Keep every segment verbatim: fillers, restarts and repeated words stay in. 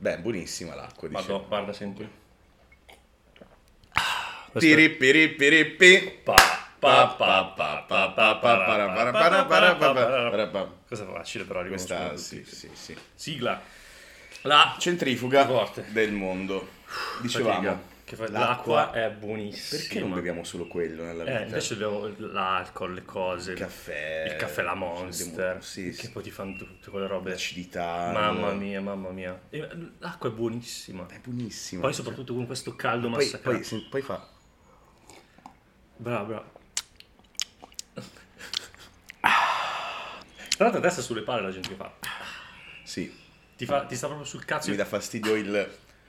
Beh, buonissima l'acqua, Vado, dicevo. guarda, senti. Piri piri piri pi. Pa, pa, pa, pa, pa, pa, para, para, para, para, para, para. Cosa facile però Questa, riconoscono sì, tutti. sì, sì. Sigla. La Centrifuga Forte. del mondo. Dicevamo, fatica, che fa- l'acqua è buonissima. perché non beviamo solo quello nella vita? Eh, invece dobbiamo l'alcol, le cose, Il caffè, il caffè, la Monster, sì, che sì. poi ti fanno tutte quelle robe. L'acidità. Mamma mia, mamma mia. E l'acqua è buonissima. È buonissima. Poi soprattutto con questo caldo poi, massacrato. poi, se- poi fa... Bravo, bravo. Tra l'altro adesso sulle palle la gente che fa. Sì, Ti, fa, ti sta proprio sul cazzo. mi dà fastidio il...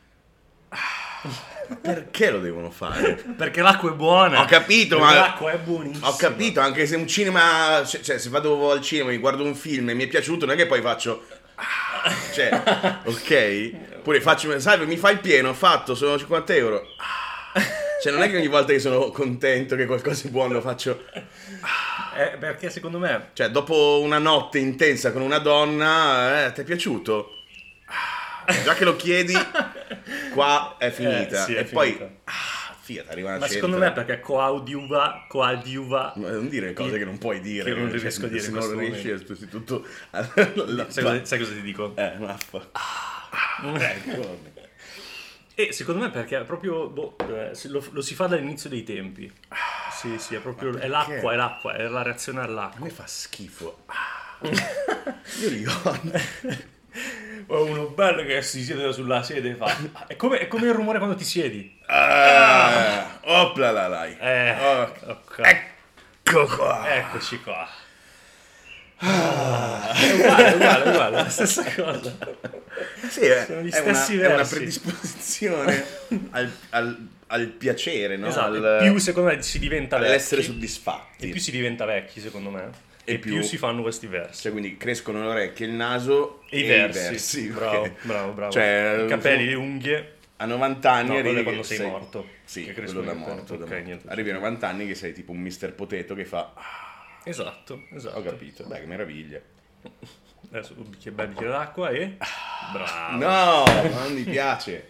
Perché lo devono fare? Perché l'acqua è buona. Ho capito, Perché ma... l'acqua è buonissima. Ho capito, anche se un cinema... Cioè, cioè, se vado al cinema e guardo un film e mi è piaciuto, non è che poi faccio... ah, Cioè, ok? Pure faccio... Salve, mi fa il pieno, ho fatto, sono cinquanta euro. Ah, Cioè, non è che ogni volta che sono contento che qualcosa è buono faccio... Eh, perché secondo me... Cioè, dopo una notte intensa con una donna, eh, ti è piaciuto? Ah, Già che lo chiedi, qua è finita. Eh, sì, è e poi, finita. ah, fiat, arriva una Ma centra. secondo me perché coadiuva, coadiuva... Ma non dire cose che non puoi dire. Che non cioè, riesco a dire Se in non questo riesci momento. è sostituto alla... Sai cosa, sai cosa ti dico? Eh, un'affa. Ecco. E secondo me perché è proprio... Boh, eh, se lo, lo si fa dall'inizio dei tempi. Sì, sì, è proprio... Ma È perché? l'acqua, è l'acqua, è la reazione A all'acqua. me fa schifo. Ah. Io li odio. O uno bello che si siede sulla sede e fa... È come, è come il rumore quando ti siedi. Ah, opla la lai. Eh, Oh, ok. Ecco qua. Eccoci qua. Ah, è uguale, uguale, uguale, la stessa cosa. Sì, è, Sono gli è una, stessi è una versi. predisposizione al, al, al piacere, no? Esatto, Al, più secondo me si diventa vecchi. all'essere E soddisfatti. più si diventa vecchi, secondo me. E, E più, più- si fanno questi versi. Cioè, quindi crescono le orecchie, il naso E i versi. Bravo, ok. bravo, bravo. Cioè, I capelli, le unghie. A novanta anni No, quello arrivi è quando che sei morto. Sì, Che quello crescono da i capelli. morto, da Ok, morto. niente. Arrivi a novanta anni che sei tipo un mister Potato che fa... "Ah, Esatto, esatto. ho capito, beh, che meraviglia. Adesso un bicchiere, bel bicchiere d'acqua e... Bravo. No, non mi piace.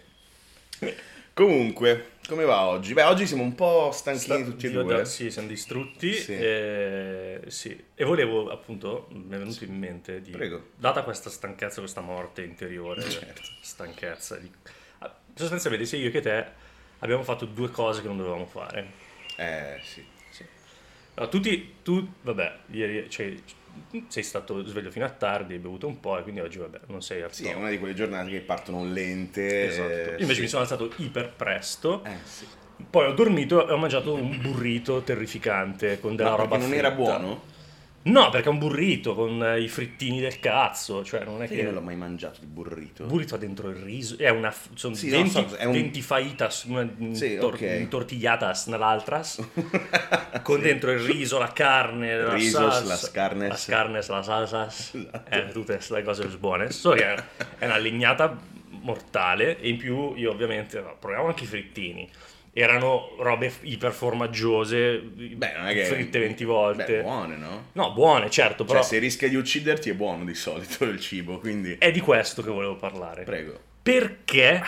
Comunque, come va oggi? Beh, oggi siamo un po' stanchini tutti e Io- due. Sì, siamo distrutti. Sì. E, sì. E volevo, appunto, mi è venuto in mente di... Prego. Data questa stanchezza, questa morte interiore, Certo. stanchezza... Di... ah, sostanzialmente sia io che te abbiamo fatto due cose che non dovevamo fare. Eh, sì. Sì. Allora, tutti, tu, vabbè, ieri cioè, sei stato sveglio fino a tardi, hai bevuto un po' e quindi oggi, vabbè, non sei al Sì, è top. una di quelle giornate che partono lente. Esatto. eh, Io invece sì. mi sono alzato iper presto, Eh, sì. poi ho dormito e ho mangiato un burrito terrificante con della Ma roba perché non era fritta. buono? No, perché è un burrito con eh, i frittini del cazzo, cioè non è Perché che... io non l'ho mai mangiato il burrito. Il burrito ha dentro il riso, è una... sono Sì, no, venti, so, è un- venti fajitas, una Sì, tor- ok. tortigliatas nell'altras, con dentro il riso, la carne, la Risos, salsa, las carnes. las carnes, la salsas, Esatto. eh, tutte queste cose buone. So che è è una legnata mortale e in più io ovviamente no, proviamo anche i frittini. Erano robe iper formaggiose, Beh, non è che... fritte venti volte. Beh, buone, no? No, buone, certo, però Cioè, se rischia di ucciderti è buono di solito il cibo, quindi... è di questo che volevo parlare. Prego. Perché?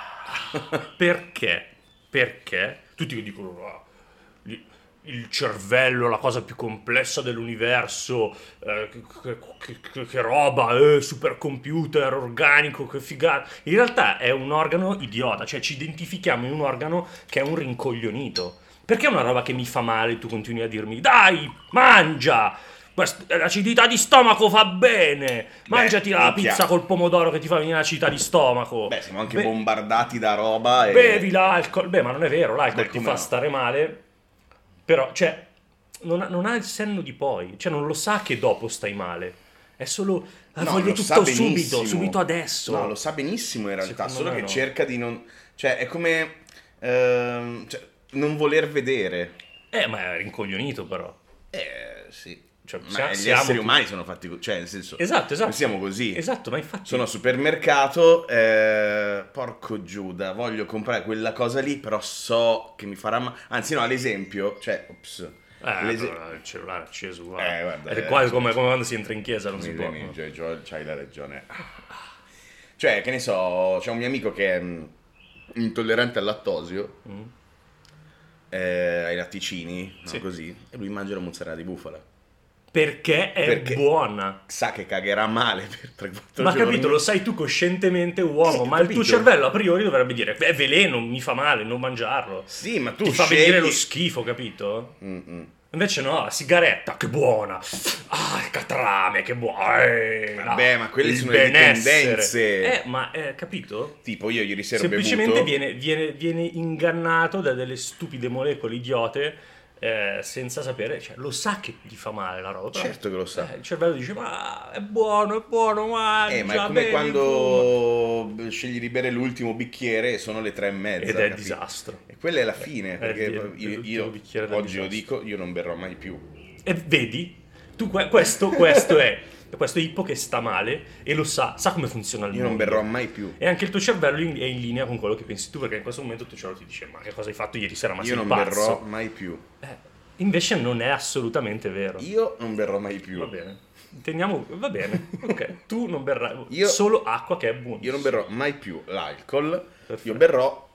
Perché? Perché? Tutti che dicono "Ah, il- il cervello è la cosa più complessa dell'universo, eh, che, che- che- che roba, eh, supercomputer, organico, che figata. In realtà è un organo idiota, cioè ci identifichiamo in un organo che è un rincoglionito. Perché è una roba che mi fa male e tu continui a dirmi dai, mangia! Quest- L'acidità di stomaco fa bene! Mangiati la minchia. pizza col pomodoro che ti fa venire l'acidità di stomaco! Beh, siamo anche Be- bombardati da roba e... Bevi l'alcol! Beh, ma non è vero, l'alcol Beh, ti come fa no? stare male, però, cioè, non ha, non ha il senno di poi, cioè non lo sa che dopo stai male, è solo la No, voglio lo sa tutto benissimo. subito, subito adesso. No, lo sa benissimo in realtà, Secondo solo me che no. cerca di non... Cioè, è come... ehm, cioè, non voler vedere. Eh, ma è rincoglionito però. Eh, sì. Cioè, Ma sia- gli siamo esseri tu- umani sono fatti così, cioè, nel senso... Esatto, esatto. Noi siamo così. Esatto, ma infatti... Sono al supermercato, eh, porco Giuda, voglio comprare quella cosa lì, però so che mi farà male. Anzi, no, ad esempio, cioè, ops. Eh, l'ese- però il cellulare acceso, guarda. Eh, guarda, è eh, quasi cioè, come, come quando si entra in chiesa, non si Mi- può. mi- cioè, cioè, c'hai la ragione. Cioè, che ne so, c'è un mio amico che è mh, intollerante al lattosio, Mm. eh, ai latticini, no, Sì. così, e lui mangia la mozzarella di bufala. Perché è Perché buona. Sa che cagherà male per tre quattro Ma giorni. capito, lo sai tu coscientemente uomo, Eh, ma il capito. tuo cervello a priori dovrebbe dire è veleno, mi fa male, non mangiarlo. Sì, ma tu Ti fa scegli... venire lo schifo, capito? Mm-mm. Invece no, la sigaretta, che buona. Ah, il catrame, che buona. Eh, Vabbè, no, ma quelle il sono le benessere. dipendenze. Eh, ma eh, capito? Tipo, io ieri sera ho Semplicemente bevuto... viene, viene, viene ingannato da delle stupide molecole idiote eh, senza sapere, cioè lo sa che gli fa male la roba. però, Certo che lo sa. eh, il cervello dice, ma è buono, è buono, mangia, Eh, ma è come bevi, fuma." quando scegli di bere l'ultimo bicchiere e sono le tre e mezza. Ed è capito? disastro. E quella è la fine, È perché il- io, l'ultimo io bicchiere del oggi lo disastro. dico, io non berrò mai più. E vedi? Tu que- questo, questo è questo Ippo che sta male e lo sa, sa come funziona il Io mondo. non berrò mai più. E anche il tuo cervello in- è in linea con quello che pensi tu, perché in questo momento il tuo cervello ti dice ma che cosa hai fatto ieri sera, ma Io sei non pazzo? berrò mai più. Eh, invece non è assolutamente vero. Io non berrò mai più. Va bene. Teniamo, va bene. Ok, tu non berrai Io- solo acqua che è buona. Io non berrò mai più l'alcol. Perfetto. Io berrò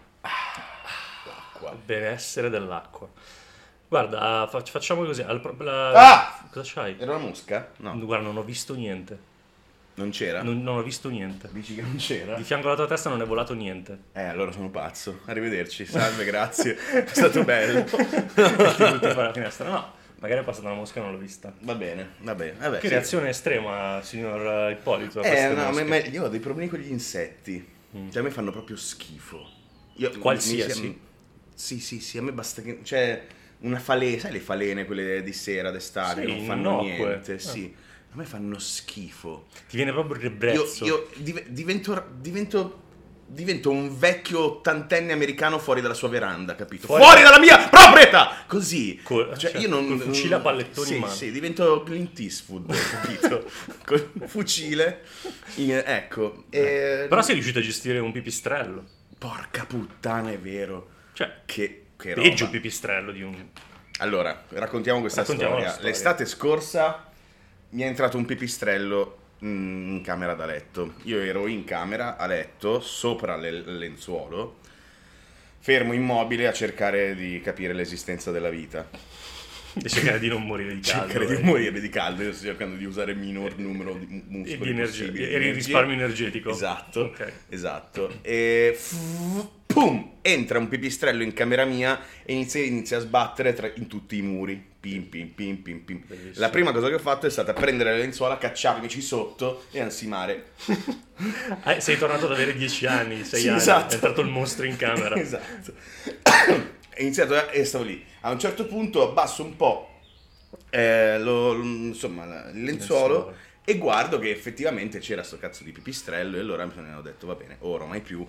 l'acqua. Il benessere dell'acqua. Guarda, fa- facciamo così. al pro- la- Ah! Cosa c'hai? Era una mosca? No, Guarda, non ho visto niente. non c'era. Non, non ho visto niente. Dici che non c'era? Di fianco alla tua testa non è volato niente. Eh, allora sono pazzo. Arrivederci. Salve, grazie. È stato bello. Ti butti fuori la finestra. No, magari è passata una mosca e non l'ho vista. Va bene, va bene. Vabbè, Che sì. reazione estrema, signor Ippolito. a Eh, queste no, mosche. ma, ma io ho dei problemi con gli insetti. Cioè, a me fanno proprio schifo. Io, Qualsiasi. mi- mi- sì, sì, sì, a me basta che... Cioè, una falena, sai le falene, quelle di sera, d'estate, Sì, che non fanno innocue. niente, Eh. sì. A me fanno schifo. Ti viene proprio il Io, ribrezzo. io div- divento, divento, divento un vecchio ottantenne americano fuori dalla sua veranda, capito? Fuori- Fuori, dalla mia proprietà! Così. Col- Cioè, cioè, io non... col fucile a pallettoni sì, in mano. Sì, divento Clint Eastwood, capito? Col fucile. in- ecco. E... Però sei riuscito a gestire un pipistrello. Porca puttana, è vero. Cioè, Che, che roba. peggio il pipistrello di un... Allora, raccontiamo questa Raccontiamo storia. la storia. L'estate scorsa mi è entrato un pipistrello mm, in camera da letto. Io ero in camera a letto, sopra le- il lenzuolo, fermo immobile a cercare di capire l'esistenza della vita. E cercare di non morire di caldo. Cercare di eh. morire di caldo, io sto cercando di usare il minor numero di mu- E muscoli di energia. possibili. Eri in energia. risparmio energetico. Esatto, Ok. esatto. E f- pum, entra un pipistrello in camera mia e inizia, inizia a sbattere tra- in tutti i muri. Pim, pim, pim, pim, pim. Bellissimo. La prima cosa che ho fatto è stata prendere le lenzuola, cacciarmici sotto e ansimare. Ah, sei tornato ad avere dieci anni, sei Sì, anni. esatto. È entrato il mostro in camera. Esatto. È iniziato a- e stavo lì. A un certo punto abbasso un po' eh, lo- lo- insomma, la- il lenzuolo Lenzuolo. e guardo che effettivamente c'era sto cazzo di pipistrello e allora mi sono detto va bene, ora mai più.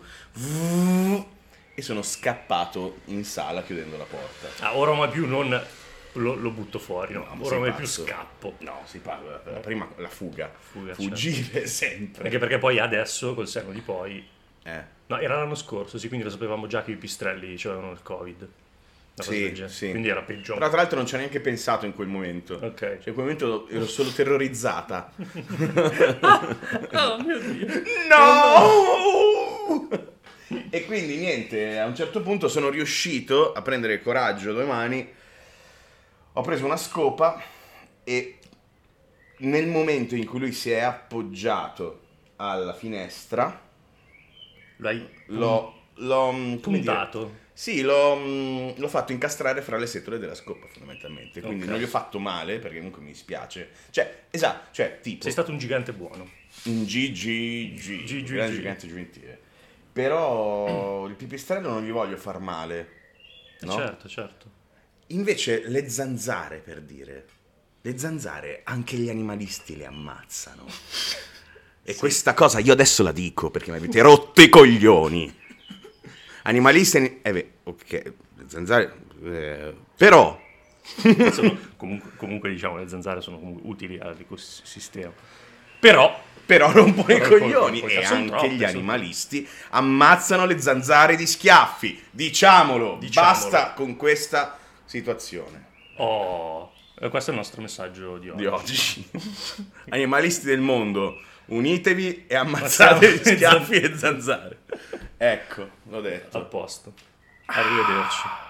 E sono scappato in sala chiudendo la porta. Ah, ora mai più non lo, lo butto fuori, no. No, ma Ora sei mai più pazzo. scappo. No, si parla la prima la fuga. Fuga, Fuggire sempre. Anche perché poi adesso, col senno di poi... Eh. No, era l'anno scorso, sì, quindi lo sapevamo già che i pipistrelli avevano il Covid. Una cosa Sì, del genere. sì. Quindi era peggio. Però tra l'altro non ci ho neanche pensato in quel momento. Ok. Cioè, in quel momento ero solo terrorizzata. Oh mio Dio. No! E quindi niente, a un certo punto sono riuscito a prendere il coraggio a due mani, ho preso una scopa e nel momento in cui lui si è appoggiato alla finestra, L'hai l'ho, l'ho come dire, puntato. sì, l'ho, mm, l'ho fatto incastrare fra le setole della scopa fondamentalmente, quindi Ok. non gli ho fatto male perché comunque mi dispiace. Cioè, esatto, cioè tipo Sei stato un gigante buono. un G G G, G G grande G. gigante gentile. Però il pipistrello non gli voglio far male, no? Certo, certo. Invece le zanzare, per dire, le zanzare anche gli animalisti le ammazzano. E questa cosa io adesso la dico perché mi avete rotto i coglioni. Animalisti, eh beh, ok, le zanzare, eh, però Sono- comunque, comunque, diciamo, le zanzare sono comunque utili all'ecosistema. Però, Però rompono i Però coglioni poi- e sono anche troppe, gli sono- animalisti ammazzano le zanzare di schiaffi. Diciamolo, Diciamolo. basta con questa situazione oh, eh, questo è il nostro messaggio di oggi. di oggi. Animalisti del mondo, unitevi e ammazzate Ammazzate schiaffi e zanzare. Ecco, l'ho detto. A posto. Arrivederci.